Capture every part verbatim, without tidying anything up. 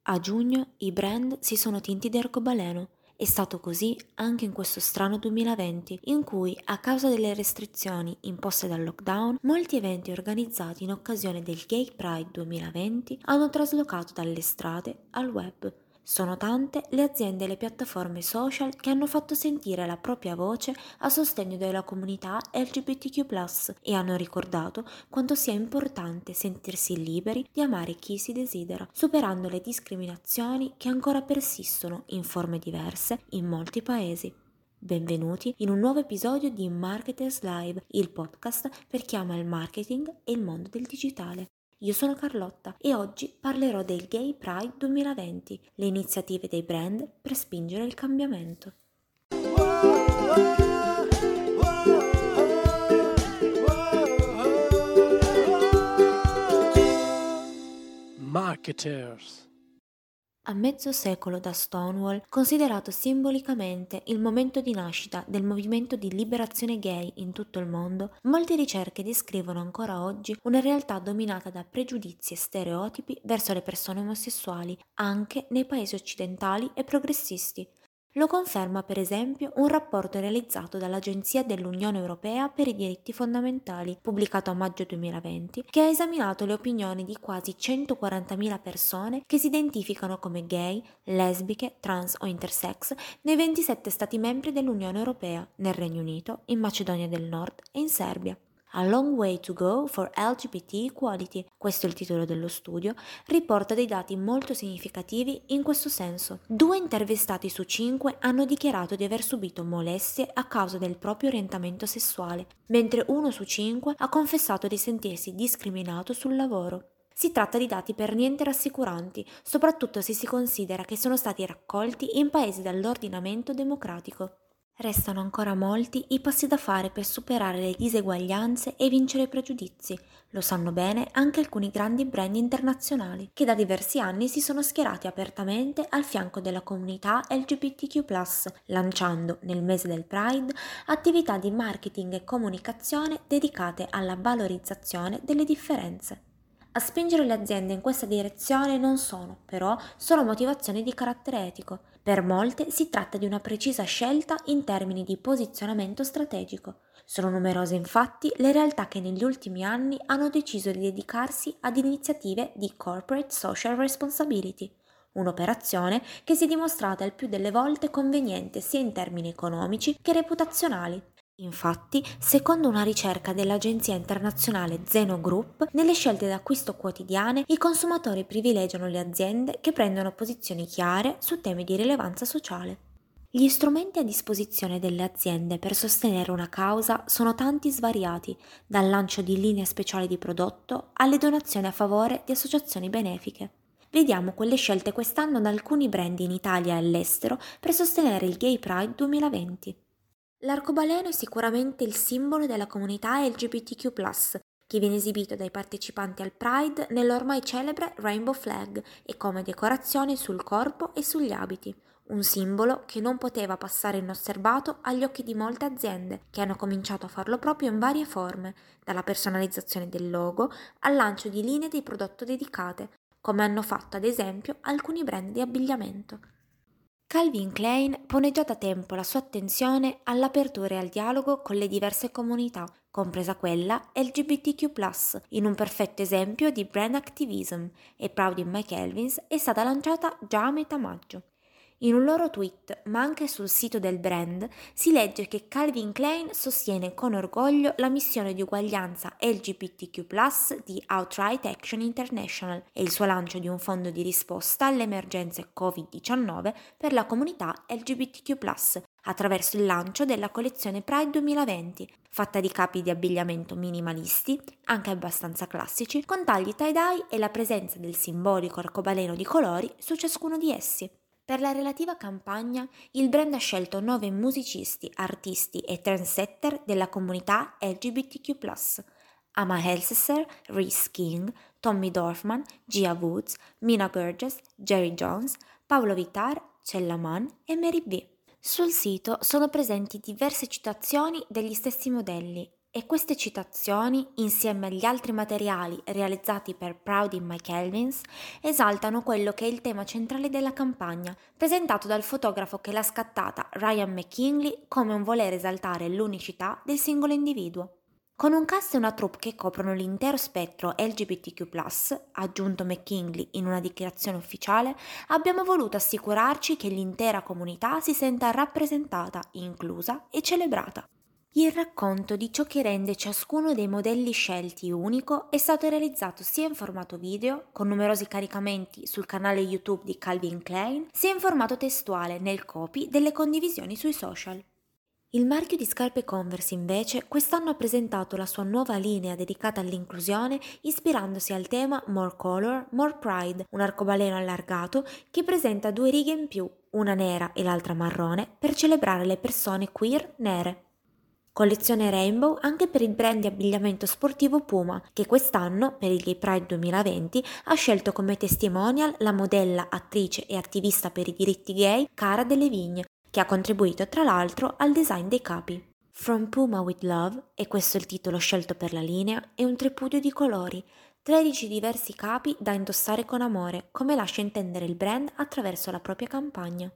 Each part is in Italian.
A giugno i brand si sono tinti di arcobaleno. È stato così anche in questo strano duemilaventi, in cui, a causa delle restrizioni imposte dal lockdown, molti eventi organizzati in occasione del Gay Pride duemilaventi hanno traslocato dalle strade al web. Sono tante le aziende e le piattaforme social che hanno fatto sentire la propria voce a sostegno della comunità L G B T Q plus, e hanno ricordato quanto sia importante sentirsi liberi di amare chi si desidera, superando le discriminazioni che ancora persistono in forme diverse in molti paesi. Benvenuti in un nuovo episodio di Marketers Live, il podcast per chi ama il marketing e il mondo del digitale. Io sono Carlotta e oggi parlerò del Gay Pride duemilaventi, le iniziative dei brand per spingere il cambiamento. Marketers. A mezzo secolo da Stonewall, considerato simbolicamente il momento di nascita del movimento di liberazione gay in tutto il mondo, molte ricerche descrivono ancora oggi una realtà dominata da pregiudizi e stereotipi verso le persone omosessuali, anche nei paesi occidentali e progressisti. Lo conferma per esempio un rapporto realizzato dall'Agenzia dell'Unione Europea per i diritti fondamentali, pubblicato a maggio duemilaventi, che ha esaminato le opinioni di quasi centoquarantamila persone che si identificano come gay, lesbiche, trans o intersex nei ventisette Stati membri dell'Unione Europea, nel Regno Unito, in Macedonia del Nord e in Serbia. A Long Way to Go for L G B T Equality, questo è il titolo dello studio, riporta dei dati molto significativi in questo senso. Due intervistati su cinque hanno dichiarato di aver subito molestie a causa del proprio orientamento sessuale, mentre uno su cinque ha confessato di sentirsi discriminato sul lavoro. Si tratta di dati per niente rassicuranti, soprattutto se si considera che sono stati raccolti in paesi dall'ordinamento democratico. Restano ancora molti i passi da fare per superare le diseguaglianze e vincere i pregiudizi. Lo sanno bene anche alcuni grandi brand internazionali, che da diversi anni si sono schierati apertamente al fianco della comunità L G B T Q plus, lanciando, nel mese del Pride, attività di marketing e comunicazione dedicate alla valorizzazione delle differenze. A spingere le aziende in questa direzione non sono, però, solo motivazioni di carattere etico. Per molte si tratta di una precisa scelta in termini di posizionamento strategico. Sono numerose infatti le realtà che negli ultimi anni hanno deciso di dedicarsi ad iniziative di Corporate Social Responsibility, un'operazione che si è dimostrata il più delle volte conveniente sia in termini economici che reputazionali. Infatti, secondo una ricerca dell'agenzia internazionale Zeno Group, nelle scelte d'acquisto quotidiane i consumatori privilegiano le aziende che prendono posizioni chiare su temi di rilevanza sociale. Gli strumenti a disposizione delle aziende per sostenere una causa sono tanti e svariati, dal lancio di linee speciali di prodotto alle donazioni a favore di associazioni benefiche. Vediamo quelle scelte quest'anno da alcuni brand in Italia e all'estero per sostenere il Gay Pride duemilaventi. L'arcobaleno è sicuramente il simbolo della comunità L G B T Q plus, che viene esibito dai partecipanti al Pride nell'ormai celebre Rainbow Flag e come decorazione sul corpo e sugli abiti, un simbolo che non poteva passare inosservato agli occhi di molte aziende, che hanno cominciato a farlo proprio in varie forme, dalla personalizzazione del logo al lancio di linee di prodotto dedicate, come hanno fatto ad esempio alcuni brand di abbigliamento. Calvin Klein pone già da tempo la sua attenzione all'apertura e al dialogo con le diverse comunità, compresa quella L G B T Q plus, in un perfetto esempio di brand activism, e Proud in My Calvins è stata lanciata già a metà maggio. In un loro tweet, ma anche sul sito del brand, si legge che Calvin Klein sostiene con orgoglio la missione di uguaglianza L G B T Q plus di Outright Action International e il suo lancio di un fondo di risposta alle emergenze covid diciannove per la comunità L G B T Q plus, attraverso il lancio della collezione Pride duemilaventi, fatta di capi di abbigliamento minimalisti, anche abbastanza classici, con tagli tie-dye e la presenza del simbolico arcobaleno di colori su ciascuno di essi. Per la relativa campagna, il brand ha scelto nove musicisti, artisti e trendsetter della comunità L G B T Q plus, Ama Helsesser, Reese King, Tommy Dorfman, Gia Woods, Mina Burgess, Jerry Jones, Paolo Vittar, Cella Mann e Mary B. Sul sito sono presenti diverse citazioni degli stessi modelli E queste citazioni, insieme agli altri materiali realizzati per Proud in My Kelvins, esaltano quello che è il tema centrale della campagna, presentato dal fotografo che l'ha scattata, Ryan McKinley, come un voler esaltare l'unicità del singolo individuo. Con un cast e una troupe che coprono l'intero spettro L G B T Q plus, ha aggiunto McKinley in una dichiarazione ufficiale, abbiamo voluto assicurarci che l'intera comunità si senta rappresentata, inclusa e celebrata. Il racconto di ciò che rende ciascuno dei modelli scelti unico è stato realizzato sia in formato video, con numerosi caricamenti sul canale YouTube di Calvin Klein, sia in formato testuale nel copy delle condivisioni sui social. Il marchio di scarpe Converse invece quest'anno ha presentato la sua nuova linea dedicata all'inclusione ispirandosi al tema More Color, More Pride, un arcobaleno allargato che presenta due righe in più, una nera e l'altra marrone, per celebrare le persone queer nere. Collezione Rainbow anche per il brand di abbigliamento sportivo Puma, che quest'anno, per il Gay Pride duemilaventi, ha scelto come testimonial la modella, attrice e attivista per i diritti gay Cara Delevingne, che ha contribuito tra l'altro al design dei capi. From Puma with Love, e questo è il titolo scelto per la linea, è un tripudio di colori, tredici diversi capi da indossare con amore, come lascia intendere il brand attraverso la propria campagna.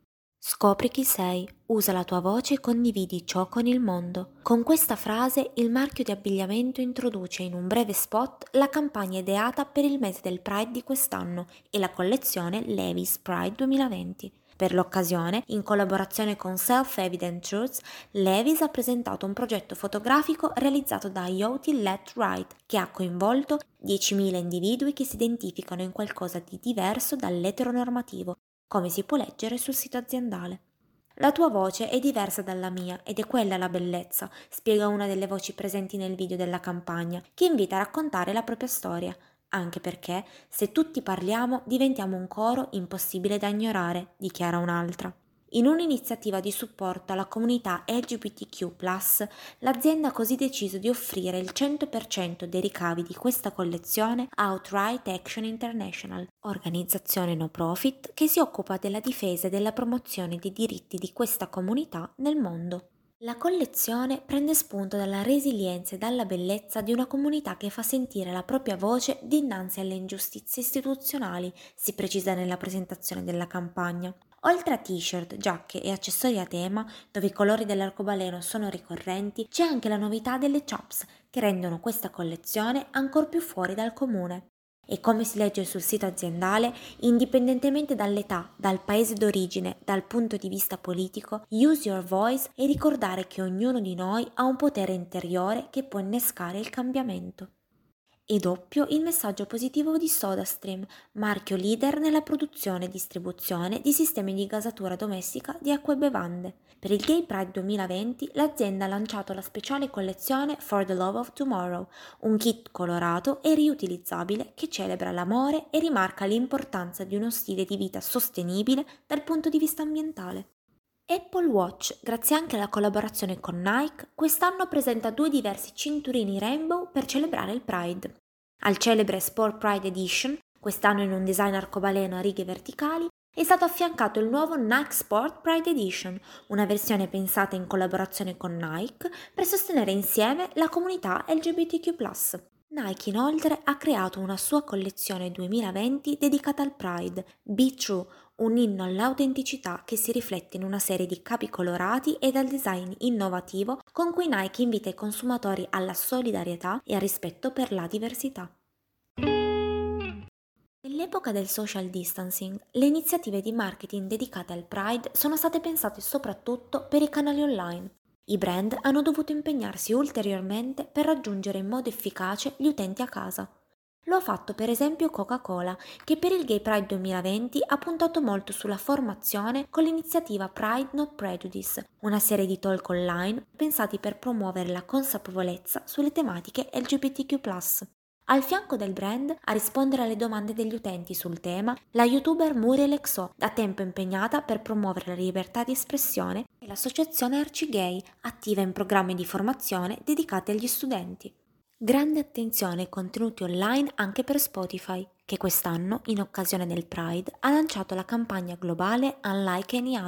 Scopri chi sei, usa la tua voce e condividi ciò con il mondo. Con questa frase il marchio di abbigliamento introduce in un breve spot la campagna ideata per il mese del Pride di quest'anno e la collezione Levi's Pride duemilaventi. Per l'occasione, in collaborazione con Self Evident Truths, Levi's ha presentato un progetto fotografico realizzato da Yoti Let Right, che ha coinvolto diecimila individui che si identificano in qualcosa di diverso dall'eteronormativo, come si può leggere sul sito aziendale. La tua voce è diversa dalla mia ed è quella la bellezza, spiega una delle voci presenti nel video della campagna, che invita a raccontare la propria storia, anche perché se tutti parliamo diventiamo un coro impossibile da ignorare, dichiara un'altra. In un'iniziativa di supporto alla comunità L G B T Q plus, l'azienda ha così deciso di offrire il cento per cento dei ricavi di questa collezione a Outright Action International, organizzazione no profit che si occupa della difesa e della promozione dei diritti di questa comunità nel mondo. La collezione prende spunto dalla resilienza e dalla bellezza di una comunità che fa sentire la propria voce dinanzi alle ingiustizie istituzionali, si precisa nella presentazione della campagna. Oltre a t-shirt, giacche e accessori a tema, dove i colori dell'arcobaleno sono ricorrenti, c'è anche la novità delle chaps, che rendono questa collezione ancor più fuori dal comune. E come si legge sul sito aziendale, indipendentemente dall'età, dal paese d'origine, dal punto di vista politico, use your voice e ricordare che ognuno di noi ha un potere interiore che può innescare il cambiamento. E doppio il messaggio positivo di SodaStream, marchio leader nella produzione e distribuzione di sistemi di gasatura domestica di acque e bevande. Per il Gay Pride duemilaventi l'azienda ha lanciato la speciale collezione For the Love of Tomorrow, un kit colorato e riutilizzabile che celebra l'amore e rimarca l'importanza di uno stile di vita sostenibile dal punto di vista ambientale. Apple Watch, grazie anche alla collaborazione con Nike, quest'anno presenta due diversi cinturini Rainbow per celebrare il Pride. Al celebre Sport Pride Edition, quest'anno in un design arcobaleno a righe verticali, è stato affiancato il nuovo Nike Sport Pride Edition, una versione pensata in collaborazione con Nike per sostenere insieme la comunità L G B T Q plus. Nike inoltre ha creato una sua collezione duemilaventi dedicata al Pride, Be True, un inno all'autenticità che si riflette in una serie di capi colorati e dal design innovativo con cui Nike invita i consumatori alla solidarietà e al rispetto per la diversità. Nell'epoca del social distancing, le iniziative di marketing dedicate al Pride sono state pensate soprattutto per i canali online. I brand hanno dovuto impegnarsi ulteriormente per raggiungere in modo efficace gli utenti a casa. Lo ha fatto per esempio Coca-Cola, che per il Gay Pride duemilaventi ha puntato molto sulla formazione con l'iniziativa Pride Not Prejudice, una serie di talk online pensati per promuovere la consapevolezza sulle tematiche L G B T Q plus. Al fianco del brand, a rispondere alle domande degli utenti sul tema, la youtuber Muriel Exo, da tempo impegnata per promuovere la libertà di espressione, e l'associazione Arci Gay, attiva in programmi di formazione dedicati agli studenti. Grande attenzione ai contenuti online anche per Spotify, che quest'anno, in occasione del Pride, ha lanciato la campagna globale Unlike Any Other.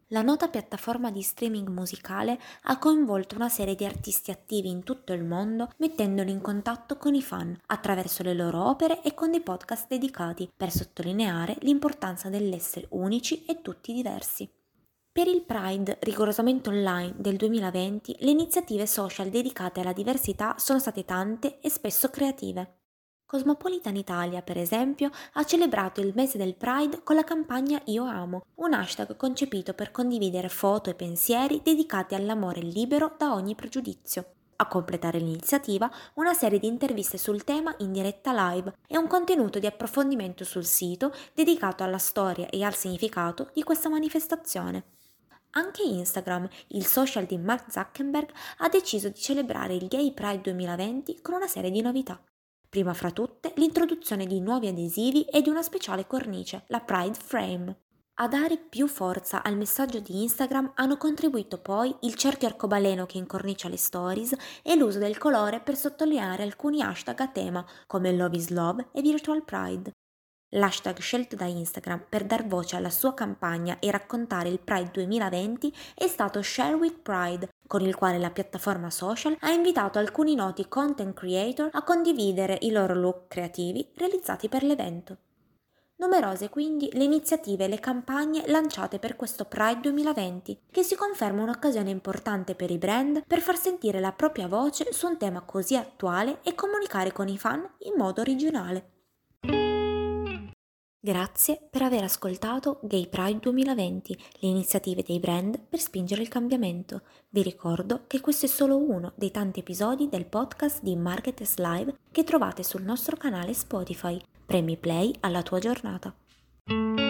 La nota piattaforma di streaming musicale ha coinvolto una serie di artisti attivi in tutto il mondo, mettendoli in contatto con i fan attraverso le loro opere e con dei podcast dedicati per sottolineare l'importanza dell'essere unici e tutti diversi. Per il Pride, rigorosamente online, del duemilaventi, le iniziative social dedicate alla diversità sono state tante e spesso creative. Cosmopolitan Italia, per esempio, ha celebrato il mese del Pride con la campagna Io Amo, un hashtag concepito per condividere foto e pensieri dedicati all'amore libero da ogni pregiudizio. A completare l'iniziativa, una serie di interviste sul tema in diretta live e un contenuto di approfondimento sul sito dedicato alla storia e al significato di questa manifestazione. Anche Instagram, il social di Mark Zuckerberg, ha deciso di celebrare il Gay Pride duemilaventi con una serie di novità. Prima fra tutte l'introduzione di nuovi adesivi e di una speciale cornice, la Pride Frame. A dare più forza al messaggio di Instagram hanno contribuito poi il cerchio arcobaleno che incornicia le stories e l'uso del colore per sottolineare alcuni hashtag a tema come Love is Love e Virtual Pride. L'hashtag scelto da Instagram per dar voce alla sua campagna e raccontare il Pride duemilaventi è stato Share with Pride, con il quale la piattaforma social ha invitato alcuni noti content creator a condividere i loro look creativi realizzati per l'evento. Numerose quindi le iniziative e le campagne lanciate per questo Pride duemilaventi, che si conferma un'occasione importante per i brand per far sentire la propria voce su un tema così attuale e comunicare con i fan in modo originale. Grazie per aver ascoltato Gay Pride duemilaventi, le iniziative dei brand per spingere il cambiamento. Vi ricordo che questo è solo uno dei tanti episodi del podcast di Marketers Live che trovate sul nostro canale Spotify. Premi play alla tua giornata.